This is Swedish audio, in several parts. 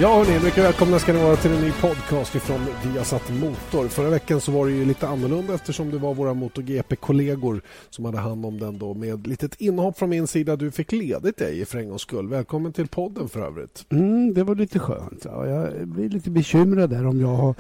Ja hörni, mycket välkomna ska ni vara till en ny podcast ifrån Viasat Motor. Förra veckan så var det ju lite annorlunda eftersom det var våra MotoGP-kollegor som hade hand om den då med litet inhopp från min sida. Du fick ledigt dig för en gångs skull. Välkommen till podden för övrigt. Det var lite skönt. Ja. Jag blir lite bekymrad där om jag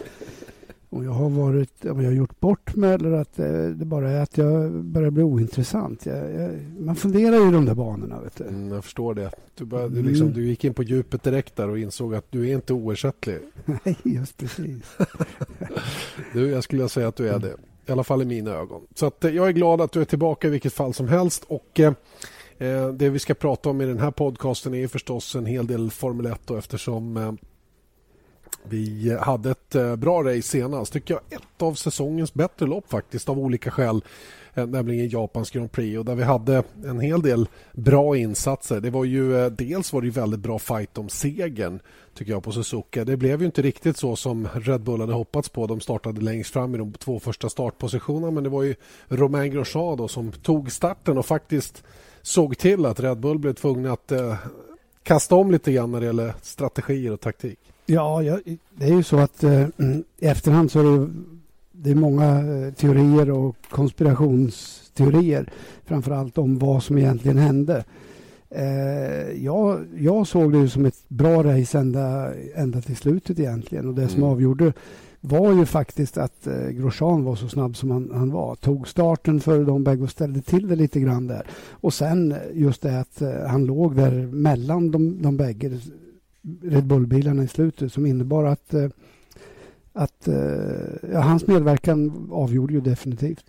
har gjort bort mig eller att det bara är att jag börjar bli ointressant. Man funderar ju i de där banorna. Vet du. Jag förstår det. Du gick in på djupet direkt där och insåg att du är inte oersättlig. Nej, just precis. Jag skulle säga att du är det. I alla fall i mina ögon. Så att, jag är glad att du är tillbaka i vilket fall som helst. Och det vi ska prata om i den här podcasten är förstås en hel del Formel 1 då, eftersom vi hade ett bra race senast. Tycker jag ett av säsongens bättre lopp faktiskt av olika skäl. Nämligen Japans Grand Prix och där vi hade en hel del bra insatser. Det var ju dels var det väldigt bra fight om segern tycker jag på Suzuka. Det blev ju inte riktigt så som Red Bull hade hoppats på. De startade längst fram i de 2 första startpositionerna men det var ju Romain Grosjean då som tog starten och faktiskt såg till att Red Bull blev tvungna att kasta om lite grann när det gäller strategier och taktik. Ja, det är ju så att i efterhand så är det är många teorier och konspirationsteorier framförallt om vad som egentligen hände. Jag såg det ju som ett bra race ända till slutet egentligen och det som avgjorde var ju faktiskt att Grosjean var så snabb som han var. Tog starten för de bägge och ställde till det lite grann där. Och sen just det att han låg där mellan de bägge Red Bull-bilarna i slutet som innebar att hans medverkan avgjorde ju definitivt.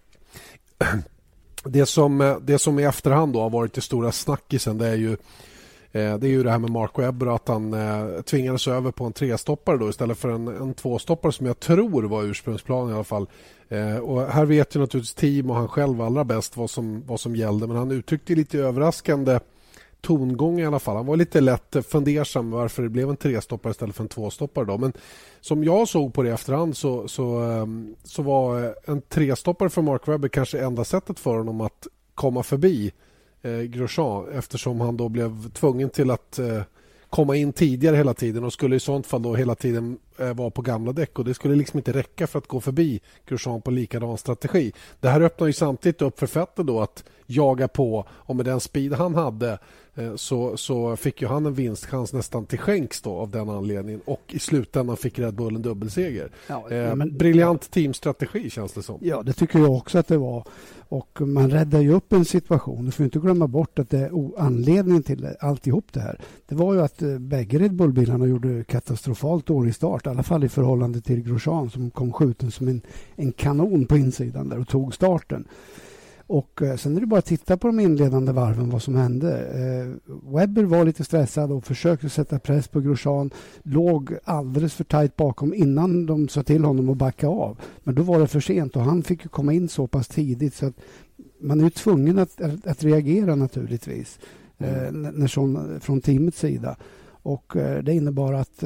Det som i efterhand då har varit det stora snackisen det är ju det här med Mark Webber att han tvingades över på en 3-stoppare då istället för en 2-stoppare som jag tror var ursprungsplanen i alla fall. Och här vet ju naturligtvis team och han själv allra bäst vad som gällde men han uttryckte lite överraskande tongång i alla fall. Han var lite lätt fundersam varför det blev en 3-stoppare istället för en 2-stoppare då. Men som jag såg på det efterhand så var en 3-stoppare för Mark Webber kanske enda sättet för honom att komma förbi Grosjean eftersom han då blev tvungen till att komma in tidigare hela tiden och skulle i sånt fall då hela tiden vara på gamla däck och det skulle liksom inte räcka för att gå förbi Grosjean på likadan strategi. Det här öppnar ju samtidigt upp för Vettel då att jaga på och med den speed han hade så fick ju han en vinstchans nästan till skänks då av den anledningen och i slutändan fick Red Bull en dubbelseger. Briljant teamstrategi känns det som. Ja, det tycker jag också att det var. Och man räddar ju upp en situation. Du får inte glömma bort att det är anledningen till alltihop det här. Det var ju att bägge Red Bull-bilarna gjorde katastrofalt dålig start. I alla fall i förhållande till Grosjean som kom skjuten som en kanon på insidan där och tog starten. Och sen är det bara att titta på de inledande varven vad som hände. Webber var lite stressad och försökte sätta press på Grosjean. Låg alldeles för tajt bakom innan de sa till honom att backa av. Men då var det för sent och han fick komma in så pass tidigt så att man är ju tvungen att reagera naturligtvis från teamets sida. Och det innebar att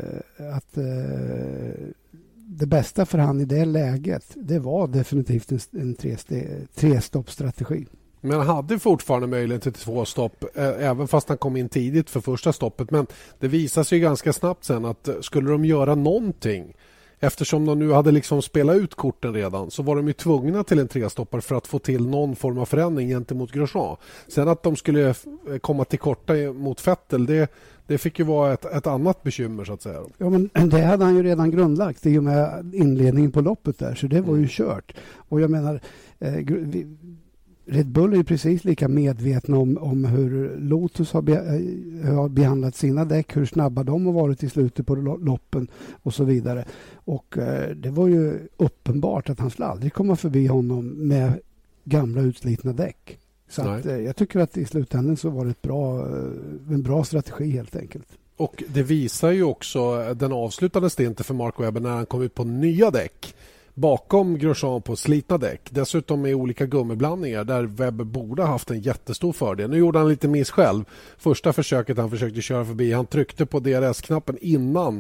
det bästa för han i det läget det var definitivt en 3-stoppstrategi. Men han hade fortfarande möjlighet till 2 stopp även fast han kom in tidigt för första stoppet. Men det visade sig ganska snabbt sen att skulle de göra någonting eftersom de nu hade liksom spelat ut korten redan så var de ju tvungna till en 3-stoppare för att få till någon form av förändring gentemot Grosjean. Sen att de skulle komma till korta mot Vettel det fick ju vara ett annat bekymmer så att säga. Ja, men det hade han ju redan grundlagt i och med inledningen på loppet där så det var ju kört. Och jag menar Red Bull är ju precis lika medvetna om hur Lotus har behandlat sina däck, hur snabba de har varit i slutet på loppen och så vidare. Och det var ju uppenbart att han skulle aldrig komma förbi honom med gamla utslitna däck. Så att, jag tycker att i slutändan så var det en bra strategi helt enkelt. Och det visar ju också den avslutande stinten för Mark Webber när han kom ut på nya däck. Bakom Grosjean på slitna däck. Dessutom med olika gummiblandningar där Webber borde ha haft en jättestor fördel. Nu gjorde han lite miss själv. Första försöket han försökte köra förbi. Han tryckte på DRS-knappen innan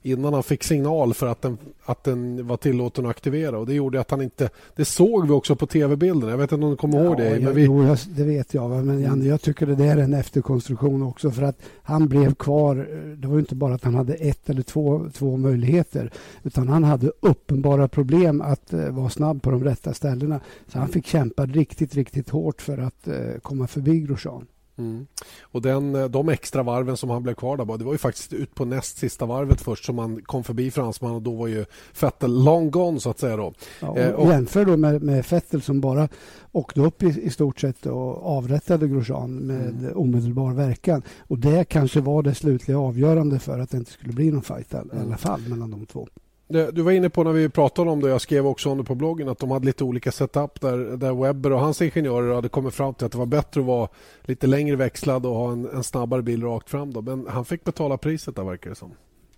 innan han fick signal för att den var tillåten att aktivera, och det gjorde att han inte, det såg vi också på tv-bilden, jag vet inte om du kommer ihåg det. Men det vet jag, men Janne, jag tycker det är en efterkonstruktion också, för att han blev kvar, det var ju inte bara att han hade ett eller två möjligheter, utan han hade uppenbara problem att vara snabb på de rätta ställena, så han fick kämpa riktigt, riktigt hårt för att komma förbi Grosjean. Och de extra varven som han blev kvar där, det var ju faktiskt ut på näst sista varvet först som han kom förbi fransman, och då var ju Vettel long gone så att säga då. Och jämför då med Vettel som bara åkte upp i stort sett och avrättade Grosjean med omedelbar verkan, och det kanske var det slutliga avgörande för att det inte skulle bli någon fight i alla fall mellan de två. Du var inne på när vi pratade om det, jag skrev också om det på bloggen, att de hade lite olika setup där Webber och hans ingenjörer hade kommit fram till att det var bättre att vara lite längre växlad och ha en snabbare bil rakt fram då. Men han fick betala priset där, verkar det som.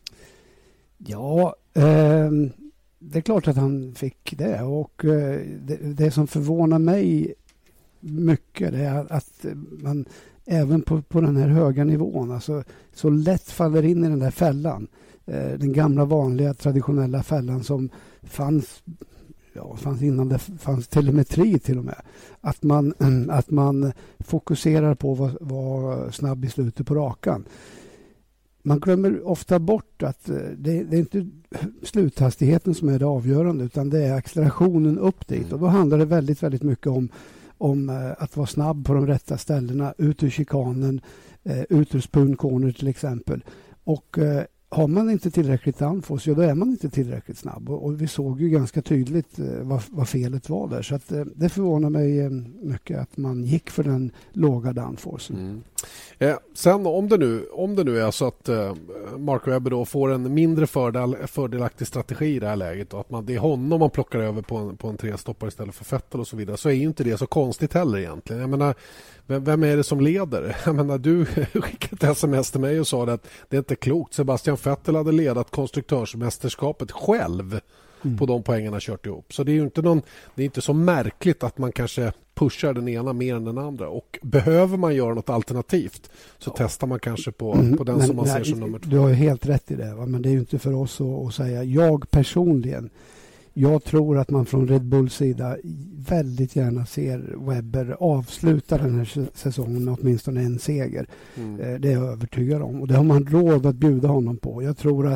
Ja, det är klart att han fick det, och det som förvånar mig mycket det är att man även på den här höga nivån alltså, så lätt faller in i den där fällan. Den gamla vanliga traditionella fällan som fanns innan det fanns telemetri till och med. Att man fokuserar på att vara snabb i slutet på rakan. Man glömmer ofta bort att det är inte sluthastigheten som är det avgörande, utan det är accelerationen upp dit. Och då handlar det väldigt, väldigt mycket om att vara snabb på de rätta ställena, ut ur chikanen, ut ur spoon corner till exempel. Och har man inte tillräckligt downforce, då är man inte tillräckligt snabb. Och vi såg ju ganska tydligt vad felet var där. Så att, det förvånar mig mycket att man gick för den låga downforcen. Sen om det nu är så att Mark Webber då får en mindre fördelaktig strategi i det här läget, och att det är honom man plockar över på en trestoppare istället för Vettel och så vidare, så är ju inte det så konstigt heller egentligen. Jag menar, vem är det som leder? Jag menar, du skickade ett sms till mig och sa att det är inte klokt. Sebastian Vettel hade ledat konstruktörsmästerskapet själv på de poängerna kört ihop. Så det är ju inte så märkligt att man kanske pushar den ena mer än den andra. Och behöver man göra något alternativt så testar man kanske på den som man ser som nummer 2. Du har ju helt rätt i det, va? Men det är ju inte för oss att säga. Jag personligen, jag tror att man från Red Bulls sida väldigt gärna ser Webber avsluta den här säsongen med åtminstone en seger. Det är jag övertygad om. Och det har man råd att bjuda honom på. Jag tror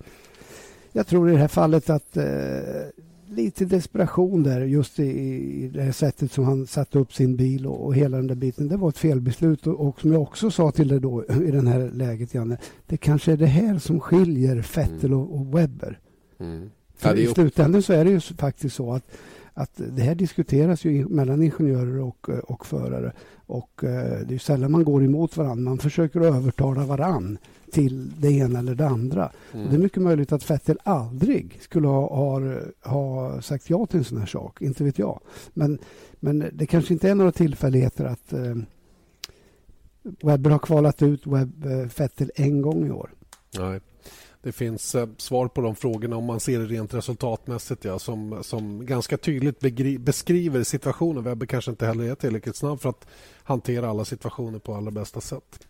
i det här fallet att lite desperation där just i det här sättet som han satte upp sin bil och hela den där biten. Det var ett felbeslut, och som jag också sa till dig då i den här läget, Janne, det kanske är det här som skiljer Vettel och Webber. För i slutändan så är det ju faktiskt så att det här diskuteras ju mellan ingenjörer och förare, och det är ju sällan man går emot varandra. Man försöker övertala varann till det ena eller det andra. Och det är mycket möjligt att Vettel aldrig skulle ha sagt ja till en sån här sak, inte vet jag. Men det kanske inte är några tillfälligheter att Webber har kvalat ut Vettel en gång i år. Nej. Det finns svar på de frågorna om man ser det rent resultatmässigt, ja, som ganska tydligt beskriver situationen. Webber kanske inte heller är tillräckligt snabb för att hantera alla situationer på allra bästa sätt.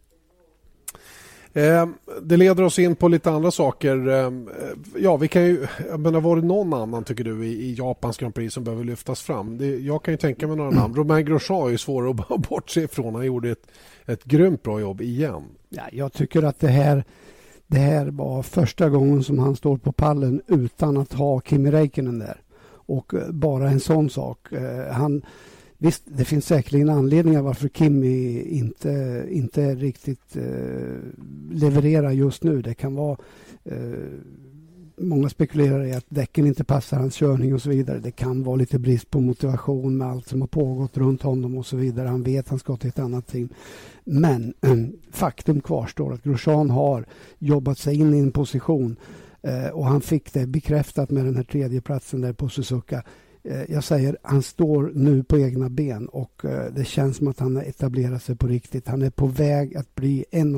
Det leder oss in på lite andra saker. Ja, vi kan ju, var det någon annan tycker du i Japans Grand Prix som behöver lyftas fram? Jag kan ju tänka mig några namn. Romain Grosjean är ju svår att bortse ifrån. Han gjorde ett grymt bra jobb igen. Ja, jag tycker att det här var första gången som han står på pallen utan att ha Kimi Räikkönen där. Och bara en sån sak. Visst, det finns säkerligen anledningar varför Kimi inte riktigt levererar just nu. Det kan vara många spekulerar i att däcken inte passar hans körning och så vidare. Det kan vara lite brist på motivation med allt som har pågått runt honom och så vidare. Han vet att han ska till ett annat team. Men faktum kvarstår att Grosjean har jobbat sig in i en position och han fick det bekräftat med den här tredje platsen där på Suzuka. Jag säger, han står nu på egna ben och det känns som att han har etablerat sig på riktigt. Han är på väg att bli en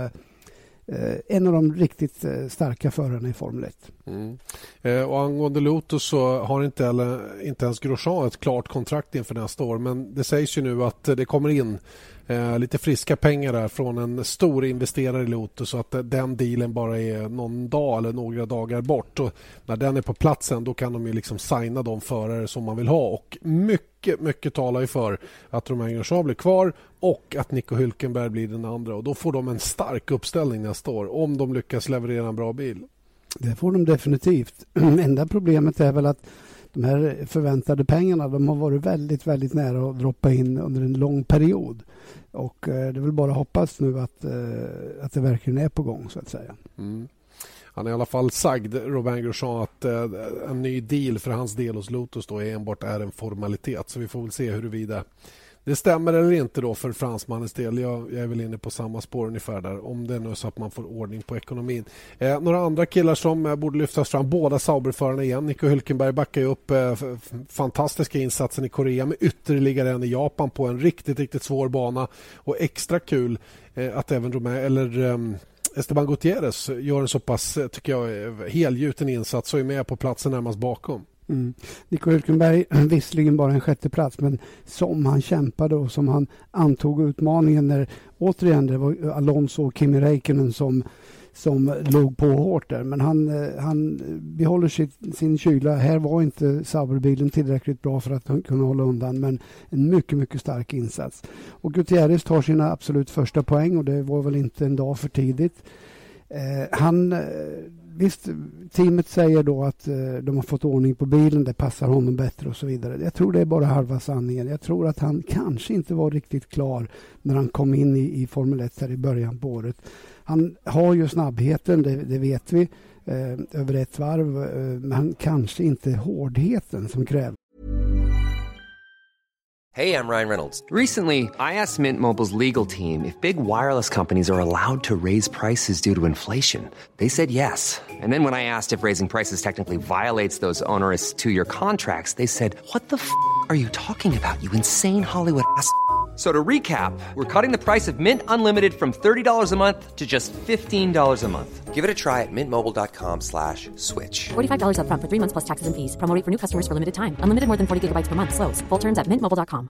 av de riktigt starka förarna i Formel 1. Och angående Lotus så har inte ens Grosjean ett klart kontrakt inför nästa år, men det sägs ju nu att det kommer in lite friska pengar där från en stor investerare i Lotus, så att den dealen bara är någon dag eller några dagar bort. Och när den är på platsen, då kan de ju liksom signa de förare som man vill ha, och mycket talar ju för att Romain Grosjean blir kvar och att Nico Hülkenberg blir den andra, och då får de en stark uppställning nästa år om de lyckas leverera en bra bil. Det får de definitivt. Enda problemet är väl att de här förväntade pengarna, de har varit väldigt, väldigt nära att droppa in under en lång period. Och det är väl bara hoppas nu att det verkligen är på gång, så att säga. Mm. Han är i alla fall sagd, Romain Grosjean, att en ny deal för hans del hos Lotus då enbart är en formalitet. Så vi får väl se huruvida det stämmer eller inte då för fransmannens del. Jag är väl inne på samma spår ungefär där, om det är nu så att man får ordning på ekonomin. Några andra killar som borde lyftas fram, båda Sauberförarna igen. Nico Hülkenberg backar ju upp fantastiska insatsen i Korea med ytterligare en i Japan på en riktigt svår bana. Och extra kul att även Esteban Gutierrez gör en så pass, tycker jag, helgjuten insats och är med på platsen närmast bakom. Nico Hülkenberg, visserligen bara en sjätte plats, men som han kämpade och som han antog utmaningen när återigen det var Alonso och Kimi Räikkönen som låg på hårt där. Men han behåller sin kyla. Här var inte Sauberbilen tillräckligt bra för att kunna hålla undan, men en mycket stark insats. Och Gutierrez tar sina absolut första poäng, och det var väl inte en dag för tidigt. Visst, teamet säger då att de har fått ordning på bilen, det passar honom bättre och så vidare. Jag tror det är bara halva sanningen. Jag tror att han kanske inte var riktigt klar när han kom in i Formel 1 här i början på året. Han har ju snabbheten, det vet vi, över ett varv, men kanske inte hårdheten som krävs. Hey, I'm Ryan Reynolds. Recently, I asked Mint Mobile's legal team if big wireless companies are allowed to raise prices due to inflation. They said yes. And then when I asked if raising prices technically violates those onerous 2-year contracts, they said, "What the f*** are you talking about, you insane Hollywood ass?" So to recap, we're cutting the price of Mint Unlimited from $30 a month to just $15 a month. Give it a try at mintmobile.com/switch. $45 up front for 3 months plus taxes and fees. Promo rate for new customers for limited time. Unlimited more than 40 gigabytes per month. Slows full terms at mintmobile.com.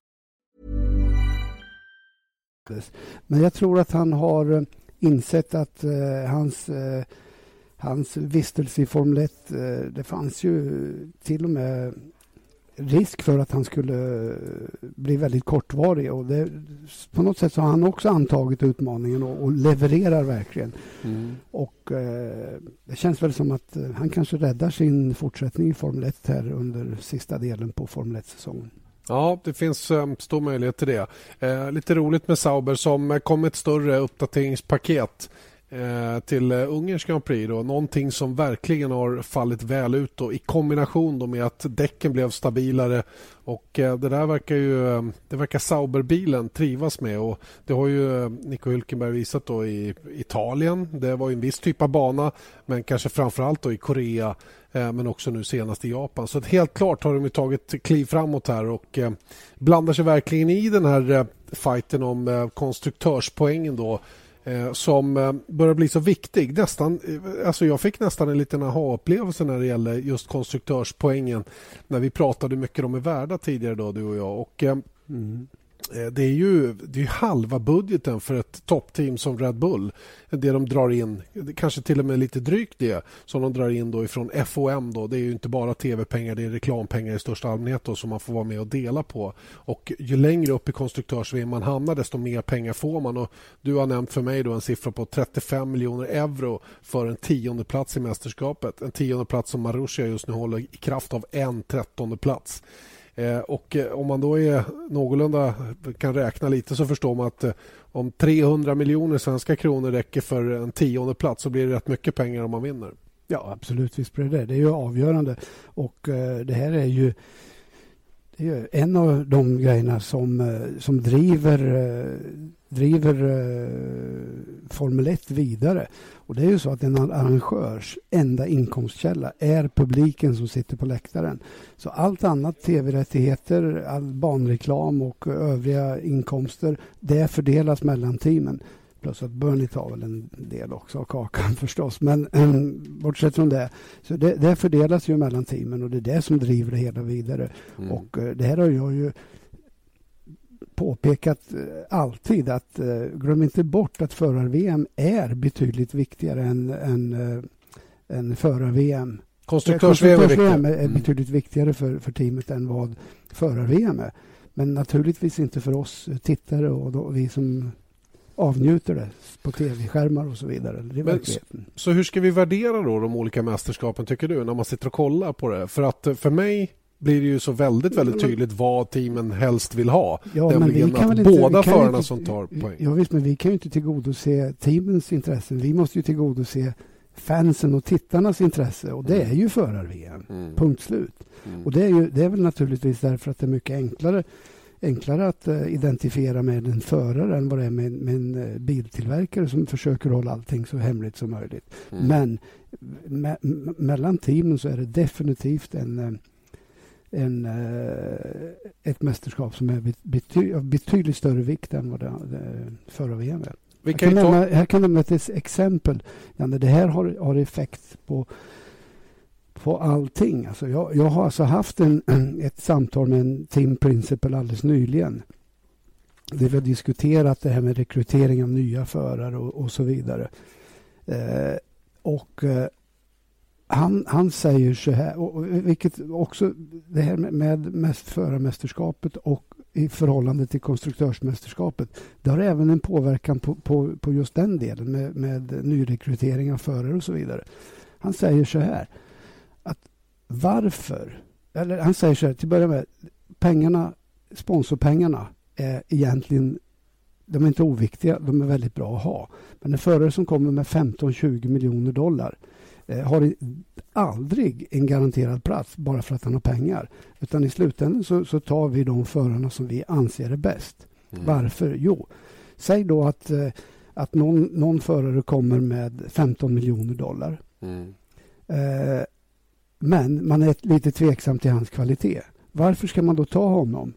Men jag tror att han har insett att hans vistelse i Formel 1, det fanns ju till och med risk för att han skulle bli väldigt kortvarig, och på något sätt så har han också antagit utmaningen och levererar verkligen. Och det känns väl som att han kanske räddar sin fortsättning i Formel 1 här under sista delen på Formel 1-säsongen. Ja, det finns stor möjlighet till det. Lite roligt med Sauber som kom ett större uppdateringspaket till Ungerns Grand Prix då. Någonting som verkligen har fallit väl ut då, i kombination då med att däcken blev stabilare, och det där verkar Sauberbilen trivas med, och det har ju Nico Hülkenberg visat då i Italien. Det var en viss typ av bana, men kanske framförallt då i Korea, men också nu senast i Japan. Så att helt klart har de ju tagit kliv framåt här och blandar sig verkligen i den här fighten om konstruktörspoängen då, som börjar bli så viktig. Jag fick nästan en liten aha-upplevelse när det gäller just konstruktörspoängen när vi pratade hur mycket de är värda tidigare då, du och jag. Och det är ju halva budgeten för ett toppteam som Red Bull. Det de drar in, kanske till och med lite drygt det som de drar in då ifrån FOM då. Det är ju inte bara tv-pengar, det är reklampengar i största allmänhet då, som man får vara med och dela på. Och ju längre upp i konstruktörs-VM man hamnar, desto mer pengar får man. Och du har nämnt för mig då en siffra på 35 miljoner euro för en 10:e plats i mästerskapet. En 10:e plats som Marussia just nu håller i kraft av en 13:e plats. Och om man då är någorlunda kan räkna lite, så förstår man att om 300 miljoner svenska kronor räcker för en 10:e plats, så blir det rätt mycket pengar om man vinner. Ja, absolut, visst blir det. Det är ju avgörande, och det här är ju en av de grejerna som driver Formel 1 vidare. Och det är ju så att en arrangörs enda inkomstkälla är publiken som sitter på läktaren. Så allt annat, tv-rättigheter, all banreklam och övriga inkomster, det fördelas mellan teamen. Plus att Bernie tar väl en del också av kakan förstås. Men bortsett från det, så det fördelas ju mellan teamen, och det är det som driver det hela vidare. Och det här har jag ju påpekat alltid att glöm inte bort att förar-VM är betydligt viktigare än förar-VM. Konstruktörs-VM är betydligt viktigare för teamet än vad förar-VM är. Men naturligtvis inte för oss tittare och vi som avnjuter det på tv-skärmar och så vidare. Det är verkligheten. Så hur ska vi värdera då de olika mästerskapen, tycker du, när man sitter och kollar på det? För att för mig blir det ju så väldigt, väldigt tydligt vad teamen helst vill ha. Ja, men vi kan väl båda förarna som tar poäng. Ja, visst, men vi kan ju inte tillgodose teamens intressen. Vi måste ju tillgodose fansen och tittarnas intresse, och det är ju förar-VM. Punkt slut. Och det är väl naturligtvis därför att det är mycket enklare att identifiera med en förare än vad det är med en biltillverkare som försöker hålla allting så hemligt som möjligt. Men mellan teamen så är det definitivt ett mästerskap som är betydligt större vikt än vad det förra VM är. Här kan jag nämna ett exempel. Janne, det här har effekt på allting. Alltså jag har alltså haft ett samtal med en team principal alldeles nyligen. Där vi har diskuterat det här med rekrytering av nya förare och så vidare. Han säger så här, och vilket också det här med förarmästerskapet och i förhållande till konstruktörsmästerskapet, det har även en påverkan på just den delen med nyrekrytering av förare och så vidare. Han säger så här, att han säger så här, till att börja med, sponsorpengarna är egentligen, de är inte oviktiga, de är väldigt bra att ha. Men en förare som kommer med 15-20 miljoner dollar har aldrig en garanterad plats bara för att han har pengar. Utan i slutändan så tar vi de förarna som vi anser är bäst. Varför? Jo, säg då att någon förare kommer med 15 miljoner dollar. Men man är lite tveksam till hans kvalitet. Varför ska man då ta honom?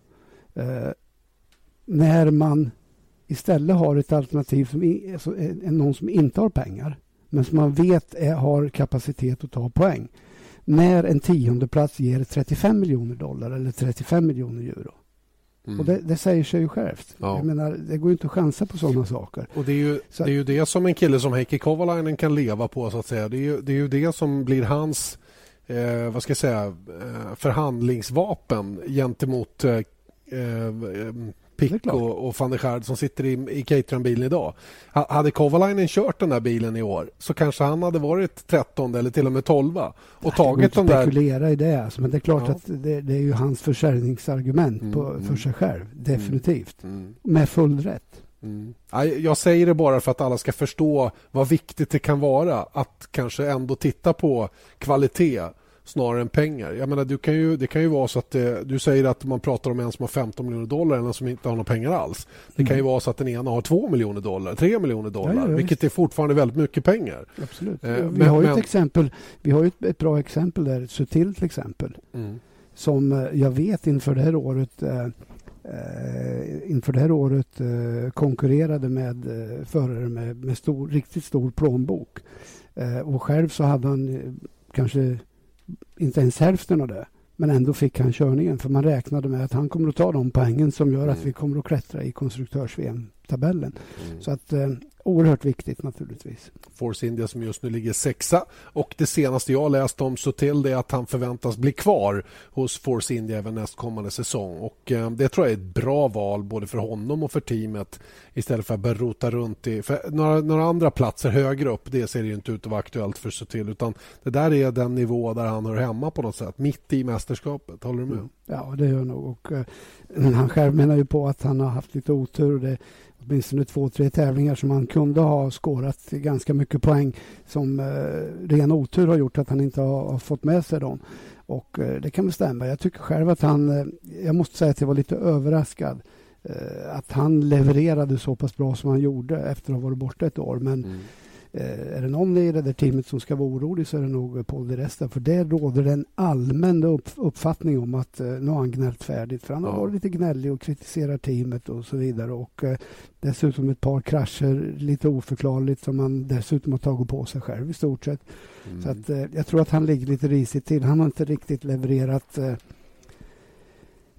När man istället har ett alternativ som är någon som inte har pengar, men som man vet har kapacitet att ta poäng. När en 10:e plats ger 35 miljoner dollar eller 35 miljoner euro. Och det säger sig ju självt. Ja. Jag menar, det går ju inte att chansa på sådana saker. Och det är ju det som en kille som Heikki Kovalainen kan leva på, så att säga. Det är ju det som blir hans förhandlingsvapen gentemot Pick och van der Schaar som sitter i Caterham-bilen idag. Hade Kovalainen kört den där bilen i år, så kanske han hade varit 13 eller till och med 12 och tagit de där. Spekulera i det, alltså, men det är klart att det är ju hans försäljningsargument för sig själv, definitivt. Med full rätt. Jag säger det bara för att alla ska förstå vad viktigt det kan vara att kanske ändå titta på kvalitet snarare än pengar. Jag menar, det kan ju vara så att du säger att man pratar om en som har 15 miljoner dollar eller en som inte har några pengar alls. Det kan ju vara så att den ena har 2 miljoner dollar, 3 miljoner dollar, vilket är fortfarande väldigt mycket pengar. Absolut. Vi har ju ett exempel, vi har ju ett bra exempel där, Sutil till exempel, som jag vet inför det här året konkurrerade med förare med riktigt stor plånbok. Och själv så hade han kanske inte ens hälften av det, men ändå fick han körningen, för man räknade med att han kommer att ta de poängen som gör att vi kommer att klättra i konstruktörs-VM-tabellen. Så att oerhört viktigt naturligtvis. Force India som just nu ligger 6:a, och det senaste jag läst om så till det är att han förväntas bli kvar hos Force India även nästkommande säsong, och det tror jag är ett bra val både för honom och för teamet, istället för att börja rota runt i för några andra platser högre upp. Det ser ju inte ut att vara aktuellt för Sutil, utan det där är den nivå där han hör hemma på något sätt, mitt i mästerskapet. Håller du med? Ja, det gör nog, och han själv menar ju på att han har haft lite otur, och det åtminstone 2-3 tävlingar som han kunde ha skårat ganska mycket poäng som ren otur har gjort att han inte har fått med sig dem. Och det kan väl stämma. Jag tycker själv att jag måste säga att jag var lite överraskad att han levererade så pass bra som han gjorde efter att ha varit borta ett år. Men är det någon i det där teamet som ska vara orolig, så är det nog Paul di Resta, för det råder en allmän uppfattning om att nu har han gnällt färdigt, för han har varit lite gnällig och kritiserar teamet och så vidare, och dessutom ett par krascher lite oförklarligt som han dessutom har tagit på sig själv i stort sett. Så att jag tror att han ligger lite risigt till. Han har inte riktigt levererat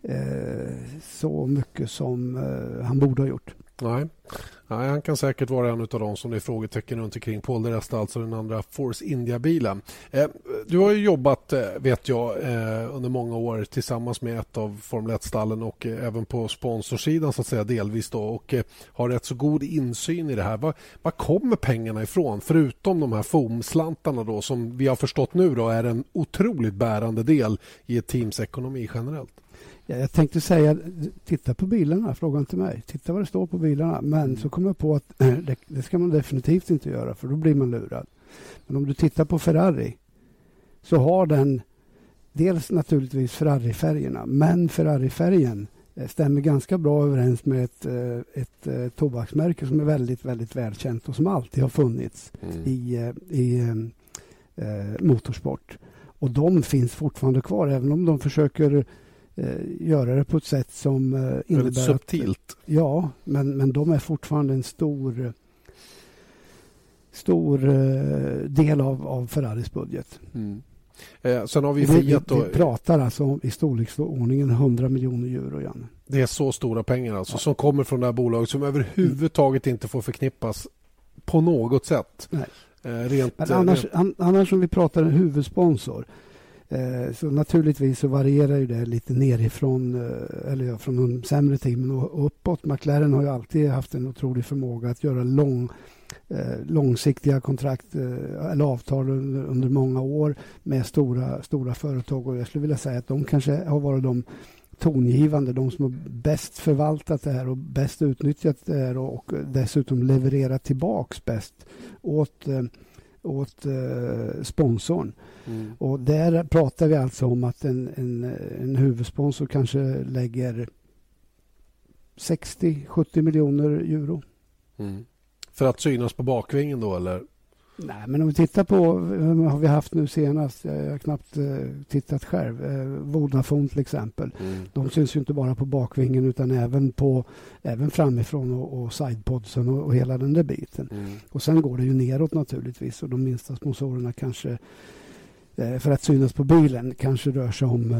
så mycket som han borde ha gjort. Nej, han kan säkert vara en av de som det är frågetecken runt omkring. Paul di Resta, alltså den andra Force India-bilen. Du har ju jobbat, vet jag, under många år tillsammans med ett av Formel 1-stallen och även på sponsorsidan så att säga delvis då, och har rätt så god insyn i det här. Var kommer pengarna ifrån? Förutom de här FOM-slantarna då, som vi har förstått nu då är en otroligt bärande del i ett teams ekonomi generellt. Ja, jag tänkte säga, titta på bilarna, fråga inte mig. Titta vad det står på bilarna. Men så kom jag på att det ska man definitivt inte göra, för då blir man lurad. Men om du tittar på Ferrari så har den dels naturligtvis Ferrari-färgerna, men Ferrari-färgen stämmer ganska bra överens med ett tobaksmärke som är väldigt, väldigt välkänt och som alltid har funnits i motorsport. Och de finns fortfarande kvar, även om de försöker göra det på ett sätt som innebär väldigt subtilt. Ja, men de är fortfarande en stor del av Ferraris budget. Sen har vi Fiat då. Vi pratar alltså om i storleksordningen 100 miljoner euro, Janne. Det är så stora pengar alltså, som kommer från det här bolaget som överhuvudtaget inte får förknippas på något sätt. Nej. Annars om vi pratar en huvudsponsor, så naturligtvis så varierar ju det lite nerifrån eller från de sämre teamen och uppåt. McLaren har ju alltid haft en otrolig förmåga att göra långsiktiga kontrakt eller avtal under många år med stora företag, och jag skulle vilja säga att de kanske har varit de tongivande, de som har bäst förvaltat det här och bäst utnyttjat det här och dessutom levererat tillbaks bäst åt sponsorn. Och där pratar vi alltså om att en huvudsponsor kanske lägger 60-70 miljoner euro. För att synas på bakvingen då, eller? Nej, men om vi tittar på vad har vi haft nu senast, jag har knappt tittat själv, Vodafone till exempel. De syns ju inte bara på bakvingen utan även framifrån och sidepodsen och hela den där biten. Och sen går det ju neråt naturligtvis, och de minsta sponsorerna kanske för att synas på bilen kanske rör sig om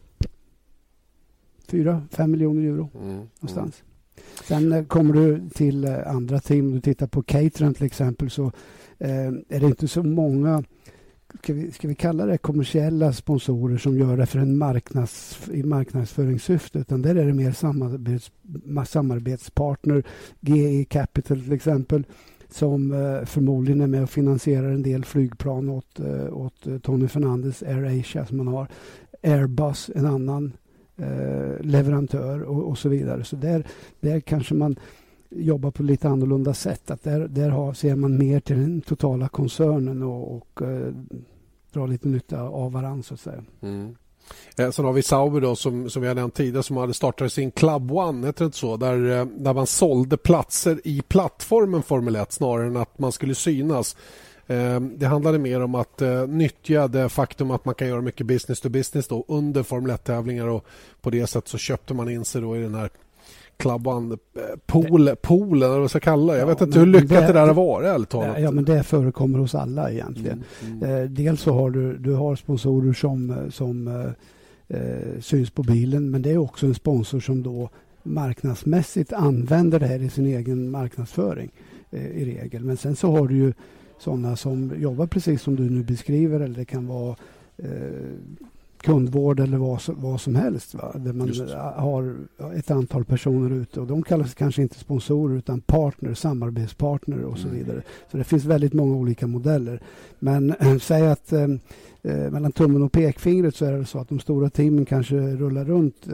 4-5 miljoner euro någonstans. Sen kommer du till andra team, du tittar på Caterham till exempel, så är det inte så många, ska vi kalla det kommersiella sponsorer som gör det för en i marknadsföringssyfte, utan där är det mer samarbetspartner, GE Capital till exempel, som förmodligen är med och finansierar en del flygplan åt Tony Fernandes Air Asia som man har, Airbus en annan leverantör och så vidare. Så där kanske man jobbar på lite annorlunda sätt. Att där ser man mer till den totala koncernen och drar lite nytta av varandra så att säga. Sen har vi Sauber då, som vi har nämnt tidigare, som hade startat sin Club One, heter det inte så, där man sålde platser i plattformen Formel 1 snarare än att man skulle synas. Det handlade mer om att nyttja det faktum att man kan göra mycket business to business då under Formel 1-tävlingar, och på det sättet så köpte man in sig då i den här Club One poolen eller vad ska kalla det. Jag vet inte hur lyckat det där har varit, ärligt talat. Ja, men det förekommer hos alla egentligen. Dels så har du har sponsorer som syns på bilen, men det är också en sponsor som då marknadsmässigt använder det här i sin egen marknadsföring i regel. Men sen så har du ju sådana som jobbar precis som du nu beskriver, eller det kan vara kundvård eller vad som helst, va? Där man har ett antal personer ute, och de kallas kanske inte sponsorer utan partner, samarbetspartner och så vidare. Så det finns väldigt många olika modeller. Men säg att mellan tummen och pekfingret så är det så att de stora teamen kanske rullar runt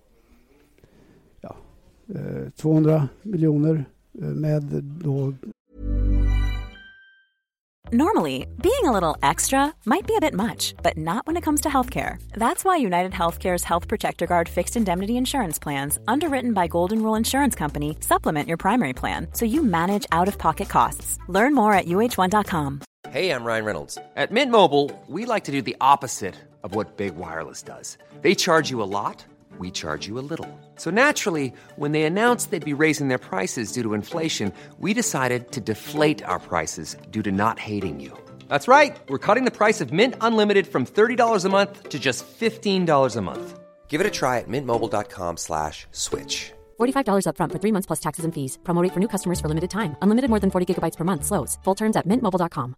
200 miljoner med då. Normally, being a little extra might be a bit much, but not when it comes to healthcare. That's why United Healthcare's Health Protector Guard fixed indemnity insurance plans, underwritten by Golden Rule Insurance Company, supplement your primary plan so you manage out-of-pocket costs. Learn more at uh1.com. Hey, I'm Ryan Reynolds. At Mint Mobile, we like to do the opposite of what Big Wireless does. They charge you a lot. We charge you a little. So naturally, when they announced they'd be raising their prices due to inflation, we decided to deflate our prices due to not hating you. That's right. We're cutting the price of Mint Unlimited from $30 a month to just $15 a month. Give it a try at mintmobile.com/switch. $45 up front for 3 months plus taxes and fees. Promo rate for new customers for limited time. Unlimited more than 40 gigabytes per month. Slows full terms at mintmobile.com.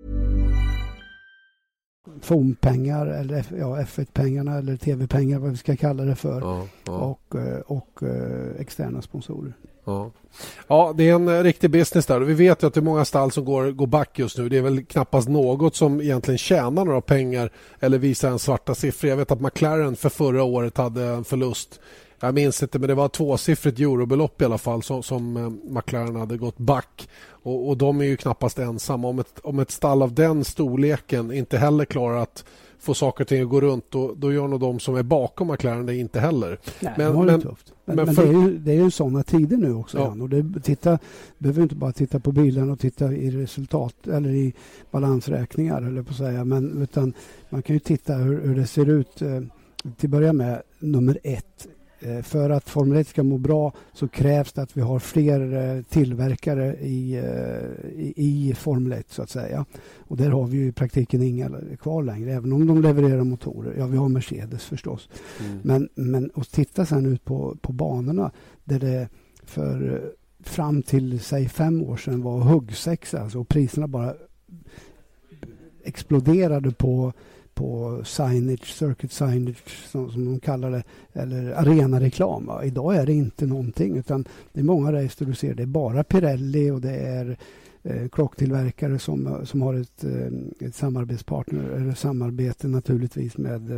FOM-pengar eller F1-pengarna eller TV-pengar, vad vi ska kalla det för. Och externa sponsorer. Ja, det är en riktig business där. Vi vet ju att det är många stall som går back just nu. Det är väl knappast något som egentligen tjänar några pengar eller visar en svarta siffror. Jag vet att McLaren för förra året hade en förlust. Jag minns inte, men det var 2-siffrigt eurobelopp i alla fall som McLaren hade gått back. Och de är ju knappast ensamma. Om ett stall av den storleken inte heller klarar att få saker och ting att gå runt, då gör nog de som är bakom McLaren det inte heller. Nej, men det är ju sådana tider nu också. Ja. Och behöver inte bara titta på bilen och titta i resultat eller i balansräkningar eller på att säga, utan man kan ju titta hur det ser ut. Till att börja med, nummer 1. För att Formel 1 ska må bra så krävs det att vi har fler tillverkare i Formel 1 så att säga. Och där har vi ju i praktiken inga kvar längre, även om de levererar motorer. Ja, vi har Mercedes förstås. Men att titta sen ut på banorna där det fram till säg 5 år sedan var huggsexa, alltså, och priserna bara exploderade på signage, circuit signage som de kallar det, eller arenareklam. Idag är det inte någonting, utan det är många race där du ser det är bara Pirelli och det är klocktillverkare som har ett samarbetspartner eller samarbete naturligtvis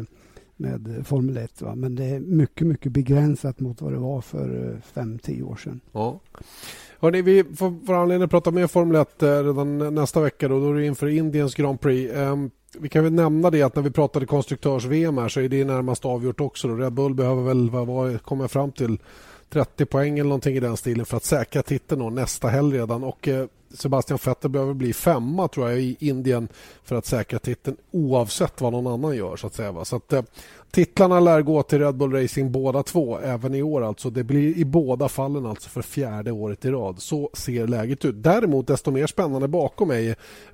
med Formel 1. Va? Men det är mycket, mycket begränsat mot vad det var för 5-10 år sedan. Ja. Hörrni, vi får anledning att prata mer Formel 1 redan nästa vecka. Då är det inför Indiens Grand Prix. Vi kan väl nämna det att när vi pratade konstruktörs-VM här så är det närmast avgjort också. Då. Red Bull behöver väl komma fram till 30 poäng eller någonting i den stilen för att säkra titeln nästa helg redan. Och Sebastian Vettel behöver bli 5 tror jag i Indien för att säkra titeln oavsett vad någon annan gör så att säga. Va? Så att titlarna lär gå till Red Bull Racing båda två även i år alltså. Det blir i båda fallen alltså för 4:e året i rad. Så ser läget ut. Däremot desto mer spännande bakom mig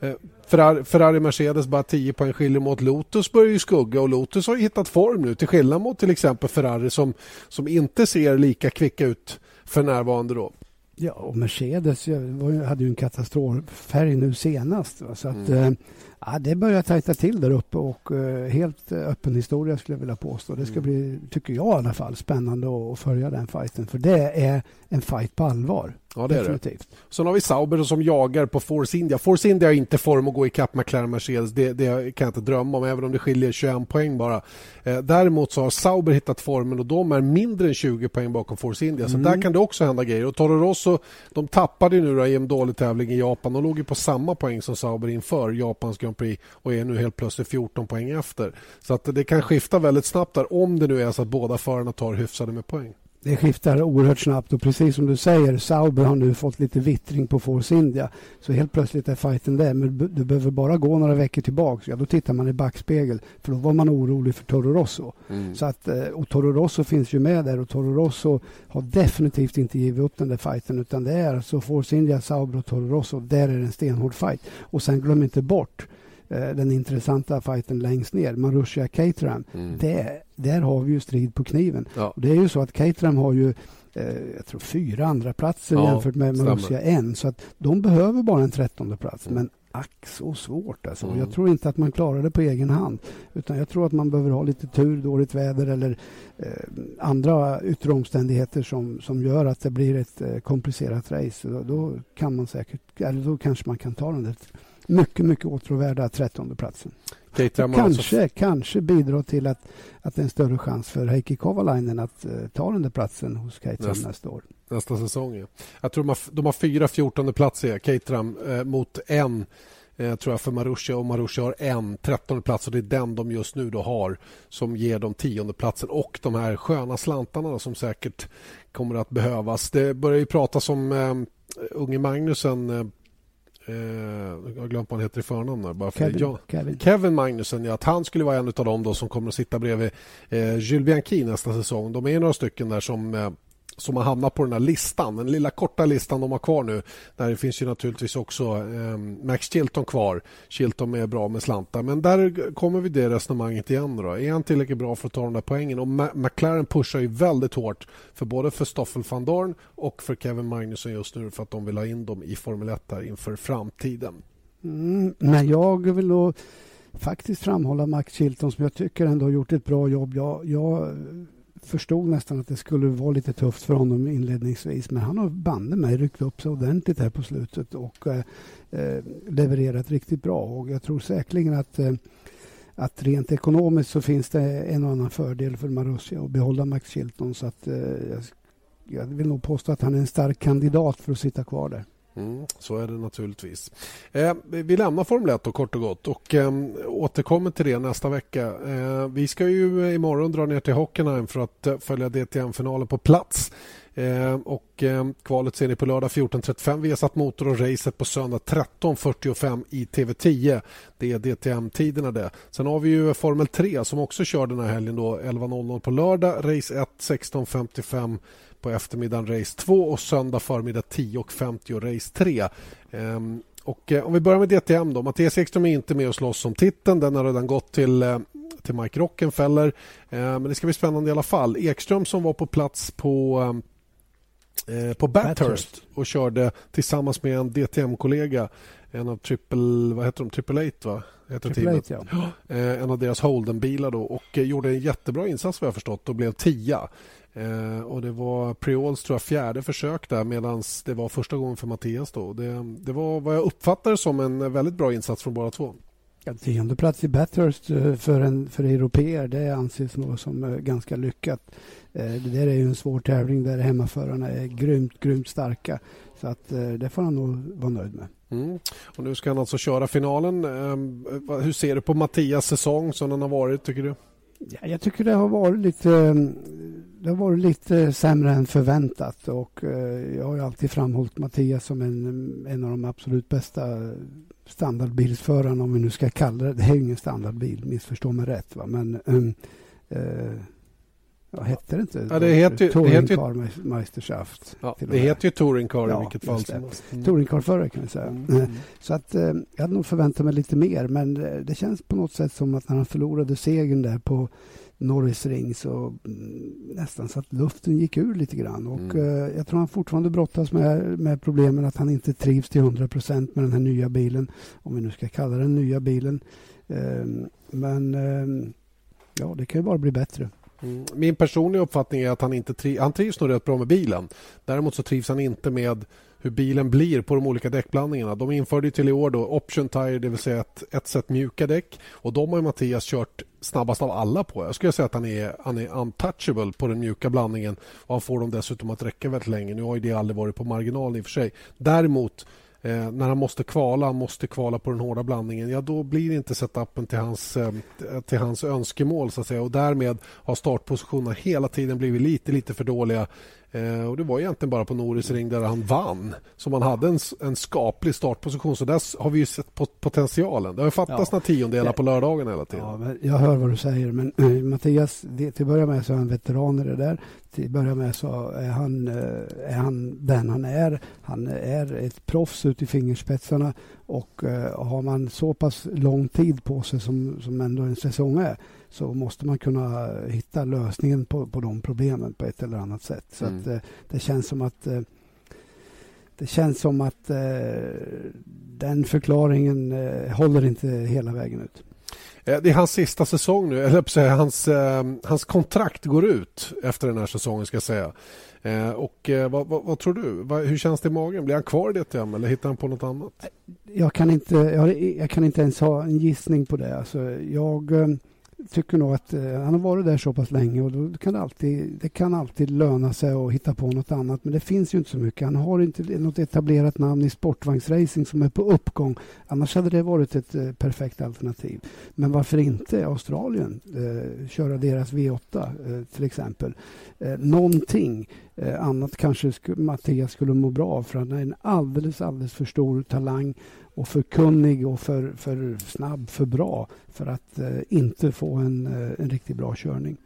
Ferrari Mercedes bara 10 poäng skiljer mot Lotus börjar ju skugga och Lotus har ju hittat form nu till skillnad mot till exempel Ferrari som inte ser lika kvicka ut för närvarande då. Ja, och Mercedes hade ju en katastroffärg nu senast. Va? Så att det börjar tajta till där uppe och helt öppen historia skulle jag vilja påstå. Det ska bli, tycker jag i alla fall, spännande att följa den fighten. För det är en fight på allvar. Ja, det är det. Sen har vi Sauber som jagar på Force India. Force India har inte form att gå i kapp McLaren Mercedes. Det kan jag inte drömma om, även om det skiljer 21 poäng bara. Däremot så har Sauber hittat formen och de är mindre än 20 poäng bakom Force India. Så där kan det också hända grejer. Och Toro Rosso, de tappade nu då i en dålig tävling i Japan. De låg ju på samma poäng som Sauber inför Japans Grand Prix och är nu helt plötsligt 14 poäng efter. Så att det kan skifta väldigt snabbt där om det nu är så att båda förarna tar hyfsade med poäng. Det skiftar oerhört snabbt och precis som du säger, Sauber har nu fått lite vittring på Force India. Så helt plötsligt är fighten där, men du behöver bara gå några veckor tillbaka. Ja, då tittar man i backspegel, för då var man orolig för Toro Rosso. Så att, och Toro Rosso finns ju med där och Toro Rosso har definitivt inte givit upp den där fighten, utan det är alltså Force India, Sauber och Toro Rosso. Där är det en stenhård fight. Och sen glöm inte bort den intressanta fighten längst ner, Marussia Caterham. Där har vi ju strid på kniven. Ja. Och det är ju så att Caterham har ju jag tror 4 andra platser jämfört med Marussia 1, så att de behöver bara en 13:e plats. Men så svårt alltså. Jag tror inte att man klarar det på egen hand, utan jag tror att man behöver ha lite tur, dåligt väder eller andra yttre omständigheter som gör att det blir ett komplicerat race. Då kan man säkert, eller då kanske man kan ta den där mycket, mycket åtråvärda 13:e platsen. Kanske bidrar till att det är en större chans för Heikki Kovalainen att ta den där platsen hos Caterham nästa år. Nästa säsong, ja. Jag tror de har 4 14:e platser, Caterham, mot en tror jag för Marussia, och Marussia har en 13:e plats och det är den de just nu då har som ger dem 10:e platsen och de här sköna slantarna då, som säkert kommer att behövas. Det börjar ju pratas om unge Magnussen, jag har glömt vad han heter i förnamn där. Kevin Magnussen, ja, att han skulle vara en av dem då som kommer att sitta bredvid Jules Bianchi nästa säsong. De är några stycken där som har hamnat på den här listan, den lilla korta listan de har kvar nu. Där det finns ju naturligtvis också Max Chilton kvar. Chilton är bra med slantar, men där kommer vi det resonemanget igen då. Är han tillräckligt bra för att ta de där poängen? Och McLaren pushar ju väldigt hårt för Stoffel van Dorn och för Kevin Magnussen just nu för att de vill ha in dem i Formel 1 här inför framtiden. Men jag vill då faktiskt framhålla Max Chilton som jag tycker ändå har gjort ett bra jobb. Jag förstod nästan att det skulle vara lite tufft för honom inledningsvis, men han har banne mig ryckt upp sig ordentligt här på slutet och levererat riktigt bra. Och jag tror säkerligen att rent ekonomiskt så finns det en och annan fördel för Marussia att behålla Max Chilton, så att jag vill nog påstå att han är en stark kandidat för att sitta kvar där. Så är det naturligtvis. Vi lämnar Formel 1 kort och gott och återkommer till det nästa vecka. Vi ska ju imorgon dra ner till Hockenheim för att följa DTM-finalen på plats. Och kvalet ser ni på lördag 14.35 Viasat Motor och racet på söndag 13.45 i TV10. Det är DTM-tiderna det. Sen har vi ju Formel 3 som också kör den här helgen då 11.00 på lördag, race 1 16.55 på eftermiddagen race 2 och söndag förmiddag 10.50 race 3. Och om vi börjar med DTM då. Mattias Ekström är inte med och slåss om titeln. Den har redan gått till Mike Rockenfeller. Men det ska bli spännande i alla fall. Ekström som var på plats på Bathurst och körde tillsammans med en DTM-kollega, en av Triple 8 va? Triple 8, ja. En av deras Holden-bilar då, och gjorde en jättebra insats vad jag förstått och blev 10. Och det var Priols tror jag fjärde försök där, medan det var första gången för Mattias då. Det var vad jag uppfattade som en väldigt bra insats från båda två. Ja, 10:e plats i Bathurst för europeer, det anses nog som ganska lyckat. Det där är ju en svår tävling där hemmaförarna är grymt starka, så att det får han nog vara nöjd med. Och nu ska han alltså köra finalen. Hur ser du på Mattias säsong som den har varit, tycker du? Ja, jag tycker det har varit lite sämre än förväntat, och jag har ju alltid framhållit Mattias som en av de absolut bästa standardbilsförarna, om vi nu ska kalla det. Det är ju ingen standardbil, missförstå mig rätt va? Men hette det inte? Ja, det heter Touring Car Meisterschaft. Ja, det heter ju Touring Car i vilket fall. Touring Car-förare kan vi säga. Så att jag hade nog förväntat mig lite mer, men det känns på något sätt som att när han förlorade segern där på Norris Ring så nästan så att luften gick ur lite grann, och jag tror han fortfarande brottas med problemen att han inte trivs till 100% med den här nya bilen, om vi nu ska kalla den nya bilen. Men ja, det kan ju bara bli bättre. Min personliga uppfattning är att han trivs nog rätt bra med bilen. Däremot så trivs han inte med hur bilen blir på de olika däckblandningarna. De införde till i år då option tire, det vill säga ett sätt mjuka däck, och de har ju Mattias kört snabbast av alla på. Jag skulle säga att han är untouchable på den mjuka blandningen, och han får dem dessutom att räcka väldigt länge. Nu har ju det aldrig varit på marginalen i och för sig. Däremot när han måste kvala på den hårda blandningen, ja då blir inte setupen till hans önskemål så att säga, och därmed har startpositionerna hela tiden blivit lite för dåliga. Och det var egentligen bara på Norris Ring där han vann som han hade en skaplig startposition, så där har vi ju sett potentialen. Det har fattats några tiondelar på lördagen hela tiden. Ja, men jag hör vad du säger, men Mattias, till börja med så är han veteran i det där. Till börja med så är han den han är. Han är ett proffs ut i fingerspetsarna, och har man så pass lång tid på sig som ändå en säsong är, så måste man kunna hitta lösningen på de problemen på ett eller annat sätt. Så att det känns som att den förklaringen håller inte hela vägen ut. Det är hans sista säsong nu, eller hans kontrakt går ut efter den här säsongen ska jag säga. Och vad tror du? Hur känns det i magen? Blir han kvar i DTM eller hittar han på något annat? Jag kan inte ens ha en gissning på det. Alltså, jag tycker nog att han har varit där så pass länge, och då det kan alltid löna sig att hitta på något annat, men det finns ju inte så mycket. Han har inte något etablerat namn i sportvagnsracing som är på uppgång, annars hade det varit ett perfekt alternativ. Men varför inte Australien köra deras V8 till exempel? Någonting annat kanske Mattias skulle må bra av, för han är en alldeles för stor talang och för kunnig och för snabb, för bra för att inte få en riktigt bra körning.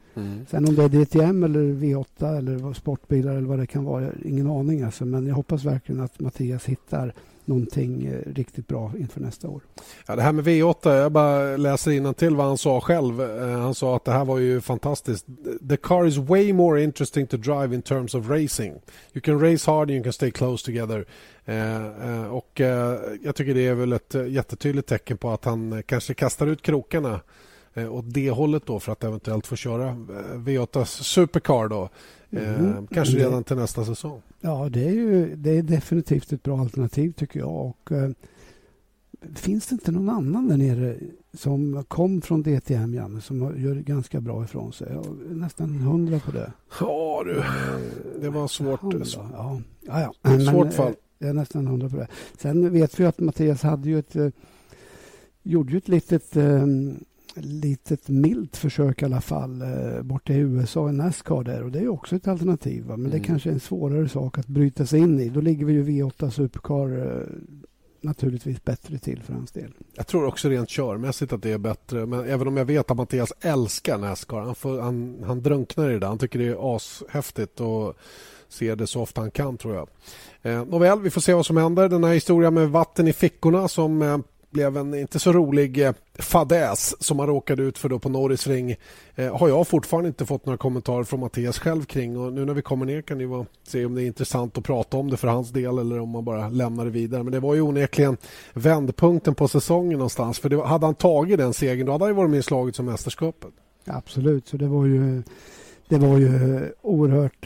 Sen om det är DTM eller V8 eller sportbilar eller vad det kan vara, ingen aning alltså. Men jag hoppas verkligen att Mattias hittar någonting riktigt bra inför nästa år. Ja, det här med V8, jag bara läser innantill vad han sa själv. Han sa att det här var ju fantastiskt. The car is way more interesting to drive in terms of racing. You can race hard and you can stay close together. Och jag tycker det är väl ett jättetydligt tecken på att han kanske kastar ut krokarna åt det hållet då för att eventuellt få köra V8 Supercar då. Kanske redan till nästa säsong. Ja, det är definitivt ett bra alternativ tycker jag. Och finns det inte någon annan där nere som kom från DTM, Janne, som gör ganska bra ifrån sig? Jag är nästan 100 på det. Ja du, det var svårt. Ja. Svårt fall. Jag är nästan 100 på det. Sen vet vi att Mattias hade ju gjorde ju ett litet milt försök i alla fall borta i USA i NASCAR där, och det är också ett alternativ, va? Men det kanske är en svårare sak att bryta sig in i. Då ligger vi ju V8 Supercar naturligtvis bättre till för hans del. Jag tror också rent körmässigt att det är bättre, men även om jag vet att Mattias älskar NASCAR, han drunknar i det. Han tycker det är ashäftigt och ser det så ofta han kan, tror jag. Nåväl, vi får se vad som händer. Den här historien med vatten i fickorna som blev en inte så rolig fadäs som han råkade ut för då på Norris ring har jag fortfarande inte fått några kommentarer från Mattias själv kring, och nu när vi kommer ner kan ni se om det är intressant att prata om det för hans del eller om man bara lämnar det vidare. Men det var ju onekligen vändpunkten på säsongen någonstans, för hade han tagit den segern då hade han ju varit med i slaget som mästerskapet. Absolut, så det var ju oerhört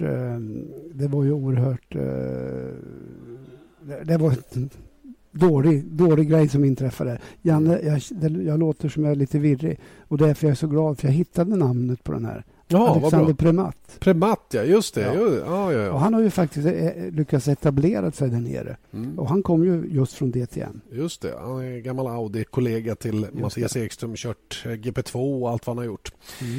det var en dålig grej som inträffade. Janne, jag låter som jag är lite virrig, och därför är jag så glad för jag hittade namnet på den här. Ja, Alexander Premat. Premat, ja, just det. Ja. Och han har ju faktiskt lyckats etablera sig där nere. Och han kom ju just från DTM. Just det, han är gammal Audi-kollega till Mattias Ekström, kört GP2 och allt vad han har gjort.